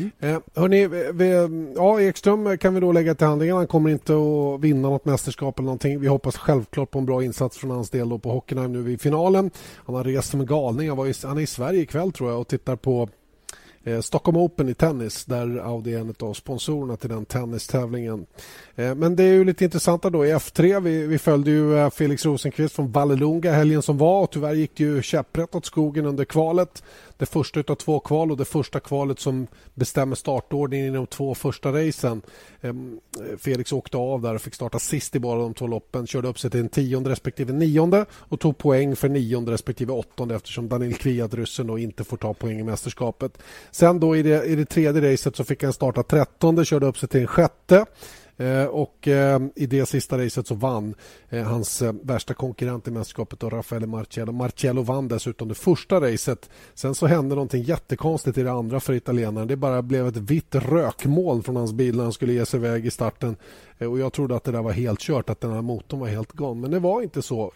Hörrni, Ekström kan vi då lägga till handlingen. Han kommer inte att vinna något mästerskap eller någonting. Vi hoppas självklart på en bra insats från hans del då på Hockenheim nu i finalen. Han har rest som en galning. Han är i Sverige ikväll tror jag och tittar på Stockholm Open i tennis, där Audi är en av sponsorerna till den tennistävlingen. Men det är ju lite intressant då i F3. Vi följde ju Felix Rosenqvist från Vallelunga helgen som var, och tyvärr gick det ju käpprätt åt skogen under kvalet. Det första utav 2 kval och det första kvalet som bestämmer startordningen i de 2 första racen. Felix åkte av där och fick starta sist i bara de 2 loppen, körde upp sig till en 10:e respektive 9:e och tog poäng för 9:e respektive 8:e eftersom Daniil Kvyat, ryssen, då inte får ta poäng i mästerskapet. Sen då i det tredje racet så fick han starta 13:e, körde upp sig till en 6:e. Och i det sista racet så vann hans värsta konkurrent i mästerskapet då, Raffaele Marciello. Marciello vann dessutom det första racet. Sen så hände någonting jättekonstigt i det andra för italienaren. Det bara blev ett vitt rökmoln från hans bil när han skulle ge sig iväg i starten. Och jag trodde att det där var helt kört, att den här motorn var helt gone. Men det var inte så.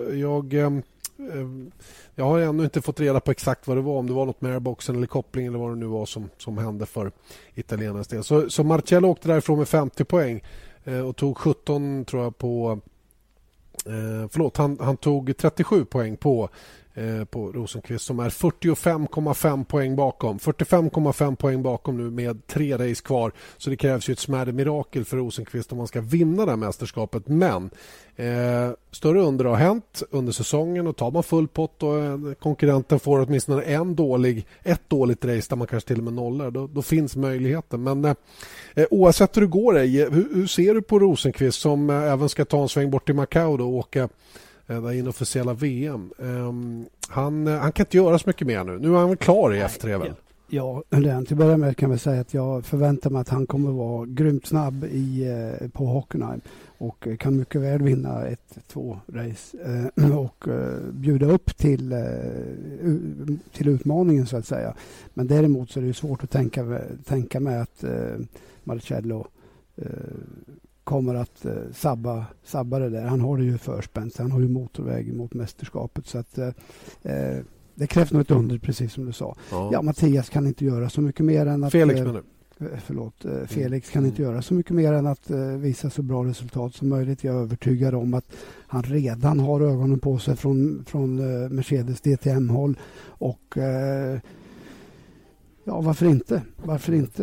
Jag har ännu inte fått reda på exakt vad det var, om det var något med airboxen eller koppling eller vad det nu var som hände för italienarnas del. Så Marciello åkte därifrån med 50 poäng och tog 17 tror jag på han tog 37 poäng på Rosenqvist som är 45,5 poäng bakom. 45,5 poäng bakom nu med 3 race kvar. Så det krävs ju ett smärre mirakel för Rosenqvist om man ska vinna det här mästerskapet. Men större under har hänt under säsongen, och tar man full pott och konkurrenten får åtminstone ett dåligt race där man kanske till och med nollar, då finns möjligheten. Men oavsett hur det går, hur ser du på Rosenqvist som även ska ta en sväng bort till Macau då och åka det inofficiella VM. Han kan inte göra så mycket mer nu. Nu är han väl klar i F3 väl? Ja, till att börja med kan vi säga att jag förväntar mig att han kommer vara grymt snabb på Hockenheim och kan mycket väl vinna 1-2 race och bjuda upp till utmaningen så att säga. Men däremot så är det svårt att tänka mig att Marciello kommer att sabba det där. Han har det ju förspänt. Han har ju motorväg mot mästerskapet. Så att det krävs nog ett under, precis som du sa. Ja, Mattias kan inte göra så mycket mer än att... Felix kan inte göra så mycket mer än att visa så bra resultat som möjligt. Jag är övertygad om att han redan har ögonen på sig från Mercedes DTM-håll. Och Ja, varför inte? Varför inte?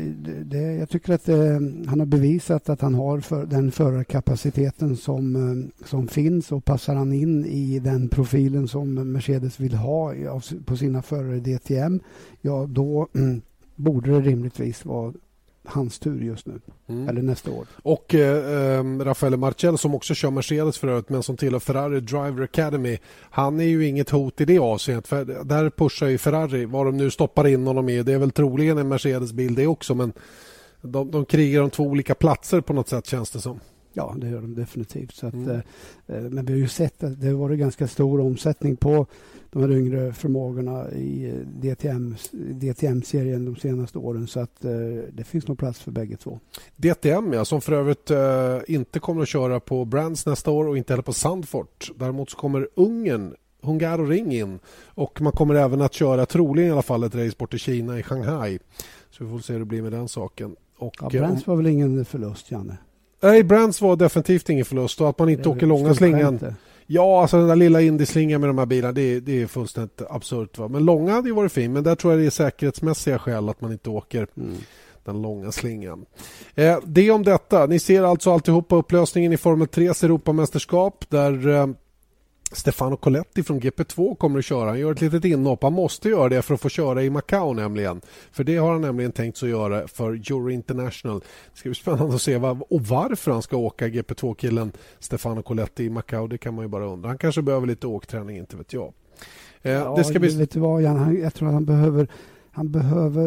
Jag tycker att han har bevisat att han har den förarkapaciteten som finns, och passar han in i den profilen som Mercedes vill ha på sina förare i DTM, ja då borde det rimligtvis vara hans tur just nu, eller nästa år. Och Raffaele Marcel som också kör Mercedes för övrigt, men som tillhör Ferrari Driver Academy, han är ju inget hot i det avseendet, för där pushar ju Ferrari, vad de nu stoppar in honom i. Det är väl troligen en Mercedes-bil det också, men de krigar om två olika platser på något sätt, känns det som. Ja, det gör de definitivt. Så att, men vi har ju sett att det har varit ganska stor omsättning på de här yngre förmågorna i DTM-serien de senaste åren, så att det finns nog plats för bägge två. DTM, ja, som för övrigt inte kommer att köra på Brands nästa år och inte heller på Zandvoort. Däremot så kommer Hungaroring in, och man kommer även att köra, troligen i alla fall, ett race bort i Kina i Shanghai. Så vi får se hur det blir med den saken. Och, Brands var väl ingen förlust, Janne? Nej, Brands var definitivt ingen förlust, och att man inte åker långa slingan. Ja, alltså den där lilla indie-slingan med de här bilarna, det är fullständigt absurt. Va? Men långa hade ju varit fin, men där tror jag det är säkerhetsmässiga skäl att man inte åker den långa slingan. Det om detta. Ni ser alltså alltihopa upplösningen i Formel 3s Europamästerskap, där Stefano Coletti från GP2 kommer att köra. Han gör ett litet inhopp. Han måste göra det för att få köra i Macau nämligen. För det har han nämligen tänkt sig att göra för Euro International. Det ska bli spännande att se och varför han ska åka, GP2-killen Stefano Coletti, i Macau. Det kan man ju bara undra. Han kanske behöver lite åkträning, inte vet jag. Det ska bli... Vet du vad, Jan? Jag tror att han behöver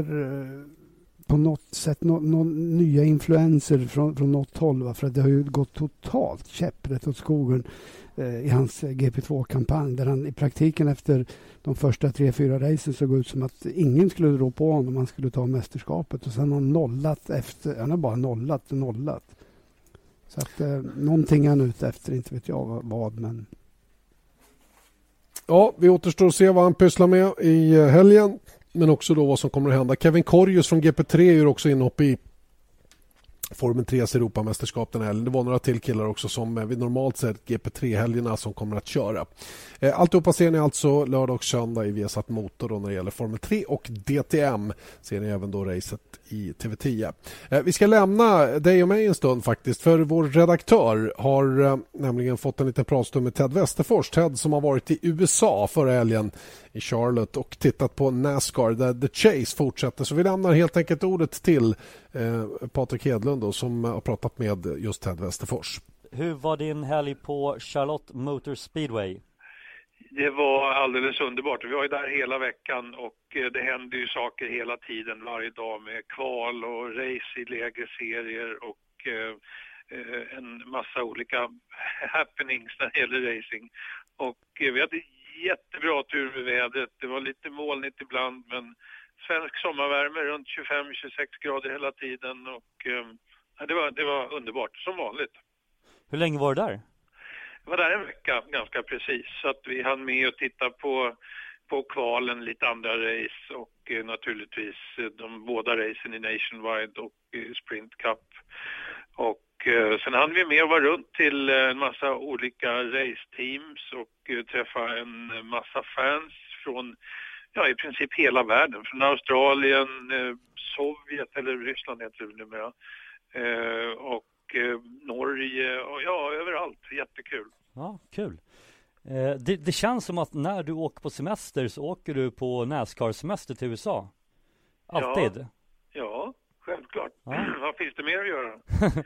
på något sätt nya influenser från något håll. Va? För att det har ju gått totalt käpprätt åt skogen i hans GP2-kampanj, där han i praktiken efter de första 3-4 racen så går ut som att ingen skulle rå på honom, han skulle ta mästerskapet, och sen har han nollat efter, han har bara nollat. Så att någonting är han ute efter, inte vet jag vad, men... Ja, vi återstår att se vad han pysslar med i helgen, men också då vad som kommer att hända. Kevin Korius från GP3 gör också inhopp i Formel 3s Europamästerskap den helgen. Det var några till killar också som vi normalt sett GP3-helgerna som kommer att köra. Alltihopa ser ni alltså lördag och söndag i Viasat Motor då när det gäller Formel 3 och DTM. Ser ni även då racet i TV10. Vi ska lämna dig och mig en stund faktiskt, för vår redaktör har nämligen fått en liten pratstund med Ted Westerfors. Ted som har varit i USA förra helgen i Charlotte och tittat på NASCAR där The Chase fortsätter. Så vi lämnar helt enkelt ordet till Patrik Hedlund då, som har pratat med just Ted Westerfors. Hur var din helg på Charlotte Motor Speedway? Det var alldeles underbart. Vi var ju där hela veckan och det händer ju saker hela tiden, varje dag, med kval och race i lägre serier och en massa olika happenings när det gäller racing. Och vi hade jättebra tur med vädret. Det var lite molnigt ibland, men svensk sommarvärme runt 25-26 grader hela tiden, och det var underbart som vanligt. Hur länge var du där? Jag var där en vecka ganska precis, så att vi hann med att titta på kvalen, lite andra race och naturligtvis de båda racen i Nationwide och Sprint Cup. Och sen hann vi med att vara runt till en massa olika raceteams och träffa en massa fans från i princip hela världen. Från Australien, Sovjet, eller Ryssland heter det numera, och Norge och överallt. Jättekul. Ja, kul. Det känns som att när du åker på semester så åker du på NASCAR-semester till USA. Alltid. Ja, självklart. Ja. Vad finns det mer att göra?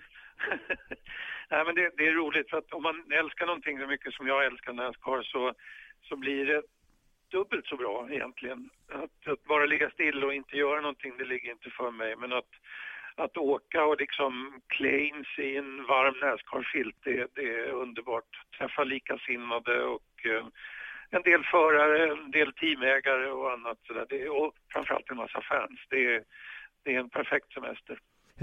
Nej, men det är roligt, för att om man älskar någonting så mycket som jag älskar NASCAR så blir det dubbelt så bra egentligen. Att bara ligga still och inte göra någonting, det ligger inte för mig. Men att åka och liksom klä in sig i en varm NASCAR-filt, det är underbart. Träffa likasinnade och en del förare, en del teamägare och annat sådär. Och framförallt en massa fans. Det är en perfekt semester.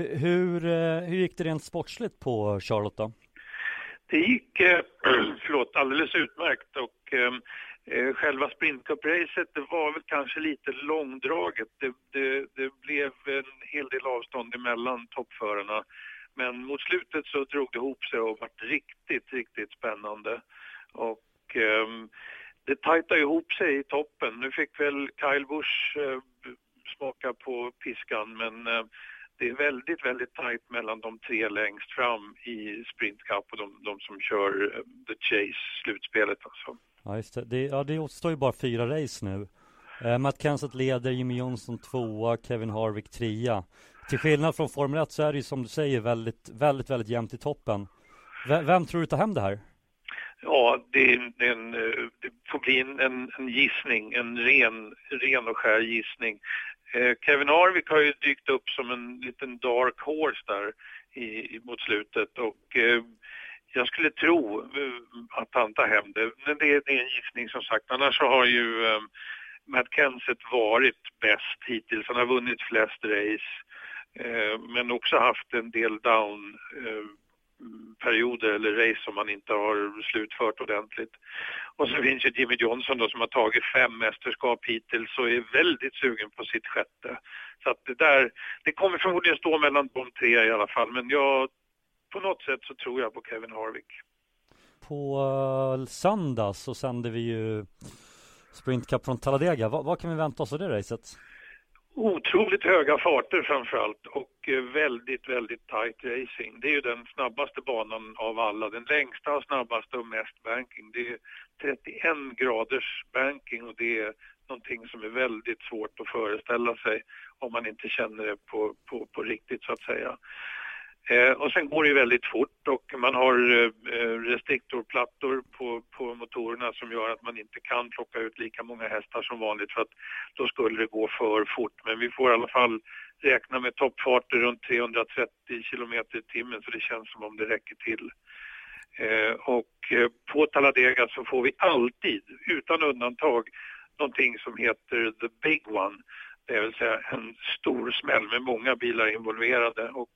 Hur gick det rent sportsligt på Charlotte då? Det gick alldeles utmärkt, och själva sprintcup-racet, det var väl kanske lite långdraget. Det blev en hel del avstånd emellan toppförarna. Men mot slutet så drog det ihop sig och var riktigt, riktigt spännande. Och det tajtade ihop sig i toppen. Nu fick väl Kyle Busch smaka på piskan, men det är väldigt, väldigt tajt mellan de 3 längst fram i Sprint Cup och de som kör The Chase-slutspelet. Alltså. Ja, just det. Det återstår ju bara 4 race nu. Matt Kenseth leder, Jimmy Johnson 2, Kevin Harvick 3. Till skillnad från Formel 1 så är det ju som du säger väldigt, väldigt, väldigt jämnt i toppen. Vem tror du tar hem det här? Ja, det får bli en gissning, en ren och skär gissning. Kevin Harvick har ju dykt upp som en liten dark horse där mot slutet, och jag skulle tro att han tar hem det. Men det är en gissning som sagt. Annars så har ju Matt Kenseth varit bäst hittills. Han har vunnit flest race, men också haft en del down perioder eller race som man inte har slutfört ordentligt. Och så finns ju Jimmy Johnson då, som har tagit 5 mästerskap hittills och är väldigt sugen på sitt 6:e. Så att det kommer förmodligen stå mellan de 3 i alla fall, men på något sätt så tror jag på Kevin Harvick. På söndag så sänder vi ju Sprint Cup från Talladega. Vad kan vi vänta oss av det racet? Otroligt höga farter framförallt, och väldigt, väldigt tight racing. Det är ju den snabbaste banan av alla. Den längsta och snabbaste och mest banking. Det är 31 graders banking, och det är någonting som är väldigt svårt att föreställa sig om man inte känner det på riktigt, så att säga. Och sen går det ju väldigt fort, och man har restriktorplattor på motorerna som gör att man inte kan plocka ut lika många hästar som vanligt, för att då skulle det gå för fort. Men vi får i alla fall räkna med toppfarter runt 330 km/h, så det känns som om det räcker till. Och på Talladega så får vi alltid, utan undantag, någonting som heter The Big One. Det vill säga en stor smäll med många bilar involverade, och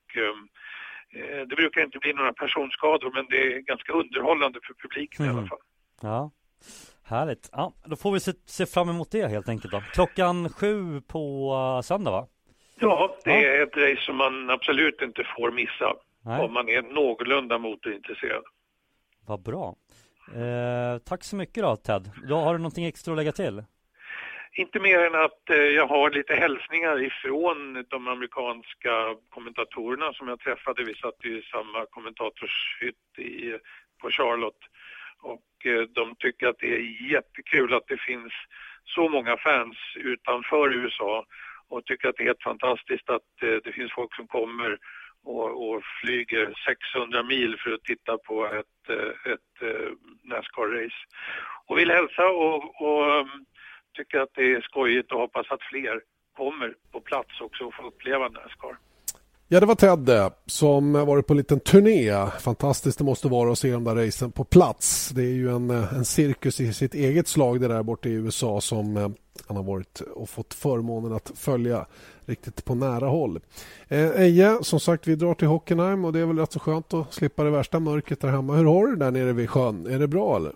det brukar inte bli några personskador, men det är ganska underhållande för publiken i alla fall. Ja, härligt. Ja, då får vi se fram emot det helt enkelt då. Klockan 7 på söndag, va? Ja, det är ett race som man absolut inte får missa. Nej. Om man är någorlunda motorintresserad. Vad bra. Tack så mycket då, Ted. Då har du någonting extra att lägga till? Inte mer än att jag har lite hälsningar ifrån de amerikanska kommentatorerna som jag träffade. Vi satt i samma kommentatorshytt på Charlotte, och de tycker att det är jättekul att det finns så många fans utanför USA, och tycker att det är helt fantastiskt att det finns folk som kommer och flyger 600 mil för att titta på ett NASCAR-race. Och vill hälsa och tycker att det är skojigt, och hoppas att fler kommer på plats också och får uppleva NASCAR. Ja, det var Ted som varit på en liten turné. Fantastiskt det måste vara att se de där racen på plats. Det är ju en cirkus i sitt eget slag det där borta i USA som han har varit och fått förmånen att följa riktigt på nära håll. Eje, som sagt, vi drar till Hockenheim, och det är väl rätt så skönt att slippa det värsta mörkret där hemma. Hur har du där nere vid sjön? Är det bra eller?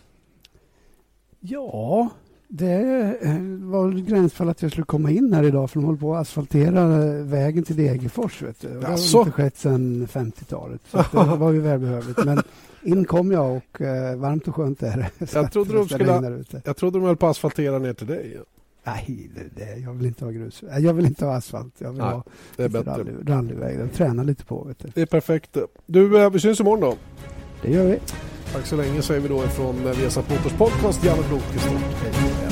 Ja, det var väl gränsfall att jag skulle komma in här idag, för de håller på att asfaltera vägen till Degerfors. Vet du. Det har inte skett sedan 50-talet, så det var ju välbehövligt. Men in kom jag, och varmt och skönt är det. Jag trodde de höll på att asfaltera ner till dig. Ja. Nej, jag vill inte ha grus. Jag vill inte ha asfalt. Jag vill ha det är bättre. Rallyväg. Den tränar lite på. Vet du. Det är perfekt. Du, vi syns imorgon då. Det gör vi. Tack så länge, säger vi då ifrån Viasat Motors podcast. Janne Blomqvist.